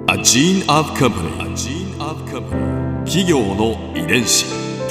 A gene of company. A gene of company. 企業の遺伝子。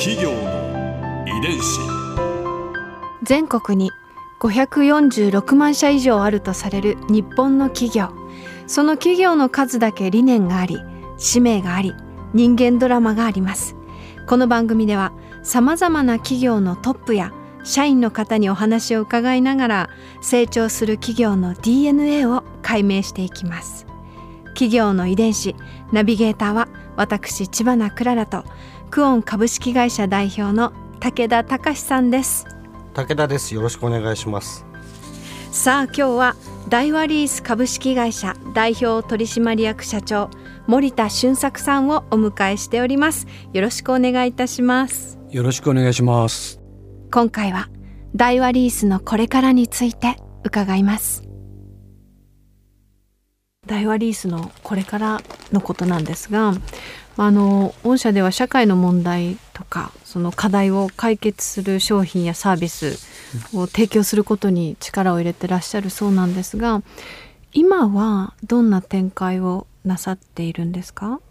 全国に546万社以上あるとされる日本の企業。その企業の数だけ理念があり、使命があり、人間ドラマがあります。この番組ではさまざまな企業のトップや社員の方にお話を伺いながら、成長する企業の DNA を解明していきます。企業の遺伝子ナビゲーターは私知花くららと、クオン株式会社代表の武田隆さんです。 武田です。よろしくお願いします。 さあ、今日は大和リース株式会社代表取締役社長森田俊作さんをお迎えしております。よろしくお願いいたします。 よろしくお願いします。 今回は大和リースのこれからについて伺います。大和リースのこれからのことなんですが、御社では社会の問題とかその課題を解決する商品やサービスを提供することに力を入れてらっしゃるそうなんですが、今はどんな展開をなさっているんですか？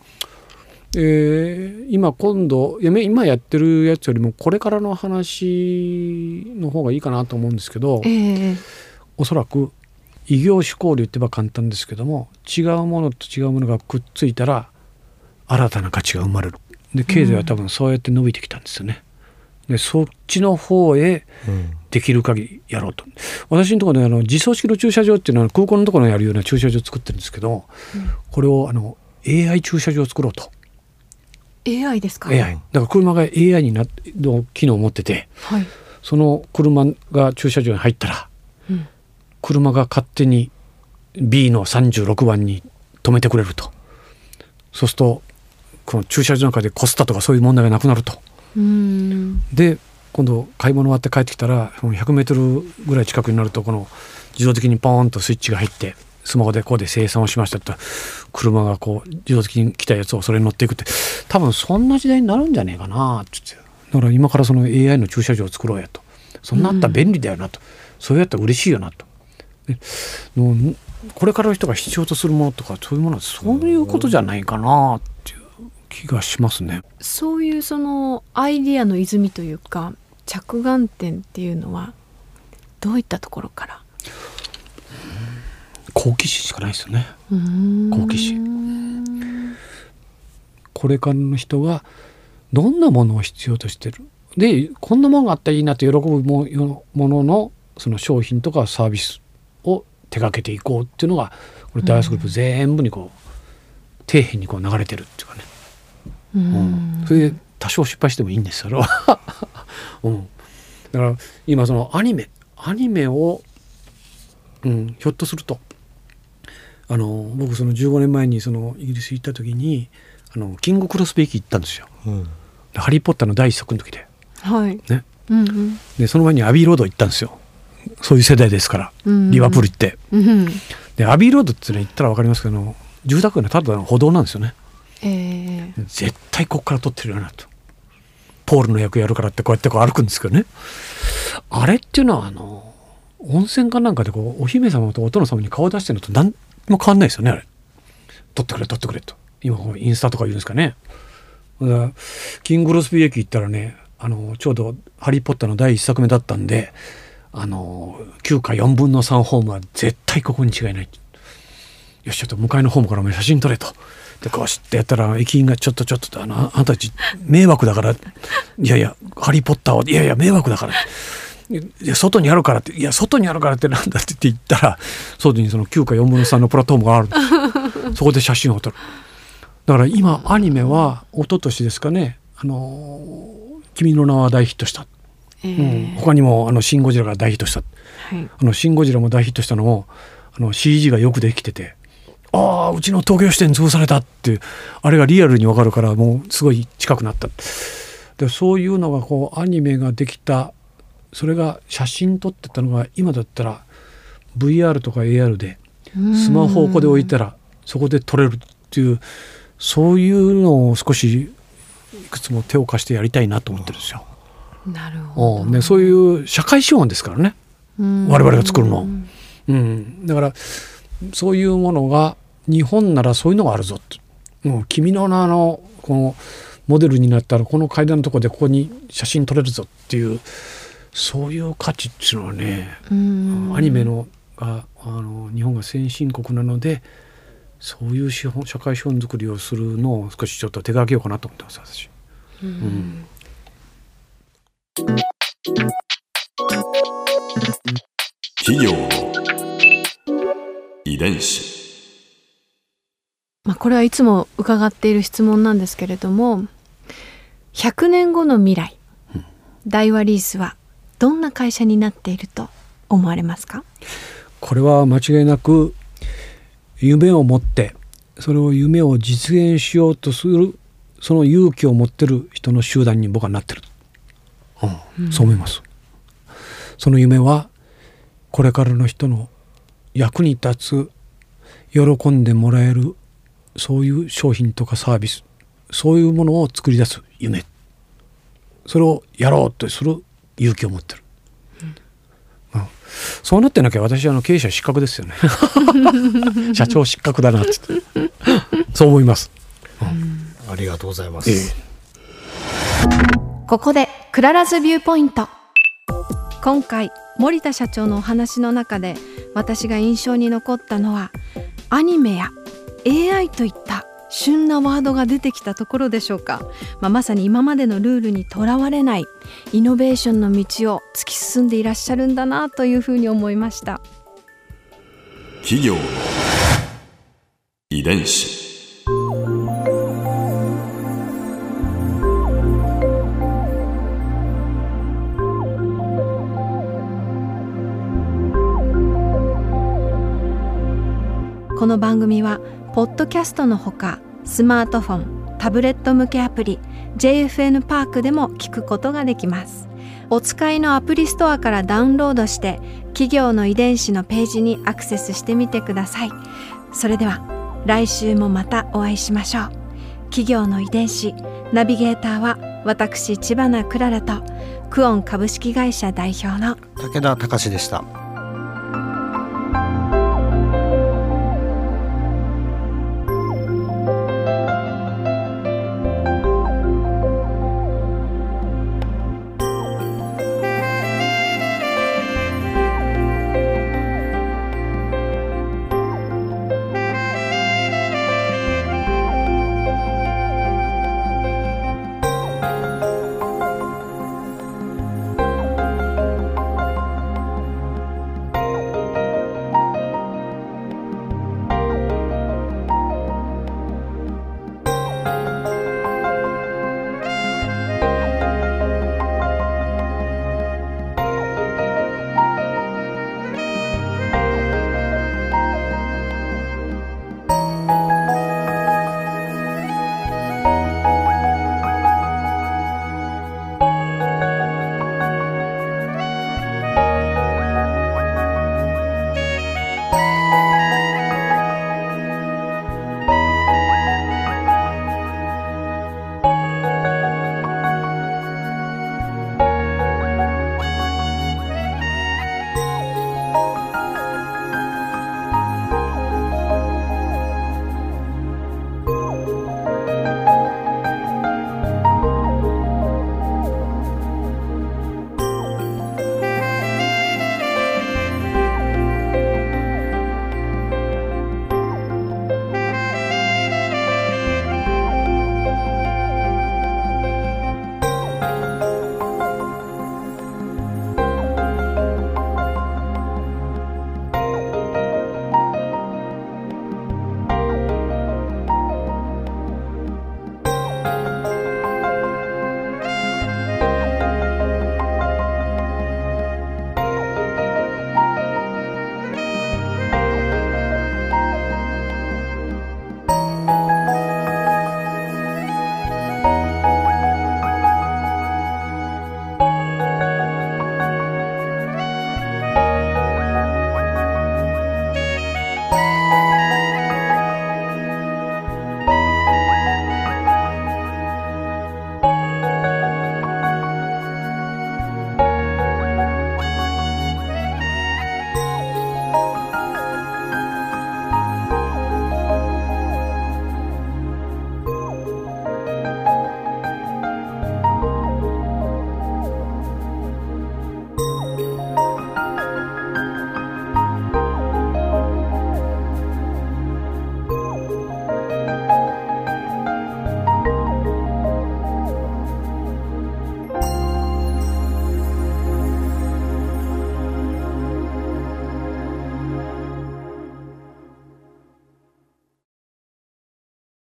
今やってるやつよりもこれからの話の方がいいかなと思うんですけど、おそらく異業種交流って言えば簡単ですけども、違うものと違うものがくっついたら新たな価値が生まれる。で経済は多分そうやって伸びてきたんですよね。でそっちの方へできる限りやろうと、私のところで自走式の駐車場っていうのは空港のところにやるような駐車場を作ってるんですけど、これをAI 駐車場を作ろうと。 AI ですか？ AI だから車が AI の機能を持ってて、その車が駐車場に入ったら、車が勝手に B の36番に止めてくれると。そうするとこの駐車場の中でこすったとかそういう問題がなくなると。で今度買い物終わって帰ってきたら100メートルぐらい近くになると、この自動的にポーンとスイッチが入って、スマホでこうで生産をしましたって車がこう自動的に来たやつをそれに乗っていくって、多分そんな時代になるんじゃねえかなって言って、だから今からその AI の駐車場を作ろうやと。そんなあったら便利だよなと、そうやったら嬉しいよなと。これからの人が必要とするものとかそういうものはそういうことじゃないかなっていう気がしますね。 そういうそのアイディアの泉というか着眼点っていうのはどういったところから？ 好奇心しかないですよね。好奇心。これからの人がどんなものを必要としてる、でこんなものがあったらいいなと喜ぶもののその商品とかサービスを手掛けていこうっていうのが、これダイワスグループ全部にこう底辺にこう流れてるっていうかね。それで多少失敗してもいいんですよ、それは。だから今そのアニメを、ひょっとすると僕その15年前にそのイギリス行った時にキングクロスビー駅行ったんですよ。ハリーポッターの第一作の時で、でその前にアビーロード行ったんですよ。そういう世代ですから、リバプール行って、でアビーロードって、行ったら分かりますけど、住宅街のただの歩道なんですよね。絶対ここから撮ってるよなと。ポールの役やるからってこうやってこう歩くんですけどね。あれっていうのは温泉かなんかでこうお姫様とお殿様に顔出してるのと何も変わんないですよね。あれ撮ってくれ撮ってくれと、今インスタとか言うんですかね。だからキングクロスビー駅行ったらね、ちょうどハリーポッターの第一作目だったんで、9か4分の3ホームは絶対ここに違いない。よし、ちょっと向かいのホームから写真撮れと。でこうしてやったら駅員がちょっとあなたたち迷惑だから、いやいやハリーポッターは、いやいや迷惑だから、いや外にあるからって、いや外にあるからってなんだって言ったら、外にその9か4分の3のプラットフォームがある。そこで写真を撮る。だから今アニメは一昨年ですかね、君の名は大ヒットした。他にもシン・ゴジラが大ヒットした、シン・ゴジラも大ヒットしたのもCG がよくできてて、うちの東京支店潰されたってあれがリアルに分かるから、もうすごい近くなった。でそういうのがこうアニメができた、それが写真撮ってたのが今だったら VR とか AR でスマホをここで置いたらそこで撮れるっていう、そういうのを少しいくつも手を貸してやりたいなと思ってるんですよ。 なるほど、 そういう社会資本ですからね、我々が作るの。だからそういうものが日本ならそういうのがあるぞって、もう君の名のこのモデルになったらこの階段のところでここに写真撮れるぞっていう、そういう価値っていうのはね、アニメのが日本が先進国なので、そういう社会資本作りをするのを少しちょっと手がけようかなと思ってます私。 企業の遺伝子。 これはいつも伺っている質問なんですけれども、100年後の未来、大和リースはどんな会社になっていると思われますか？ これは間違いなく夢を持ってそれを夢を実現しようとするその勇気を持ってる人の集団に僕はなってる、そう思います。その夢はこれからの人の役に立つ、喜んでもらえる、そういう商品とかサービス、そういうものを作り出す夢、それをやろうとする勇気を持ってる、そうなってなきゃ私経営者失格ですよね社長失格だなってそう思います、 ありがとうございます、 ここでクララズビューポイント。今回森田社長のお話の中で私が印象に残ったのは、アニメや AI といった旬なワードが出てきたところでしょうか。まさに今までのルールにとらわれないイノベーションの道を突き進んでいらっしゃるんだなというふうに思いました。 企業の遺伝子。 この番組はポッドキャストのほか、スマートフォン、タブレット向けアプリ JFN パークでも聞くことができます。お使いのアプリストアからダウンロードして企業の遺伝子のページにアクセスしてみてください。それでは来週もまたお会いしましょう。企業の遺伝子、ナビゲーターは私千葉なクララとクオン株式会社代表の武田隆でした。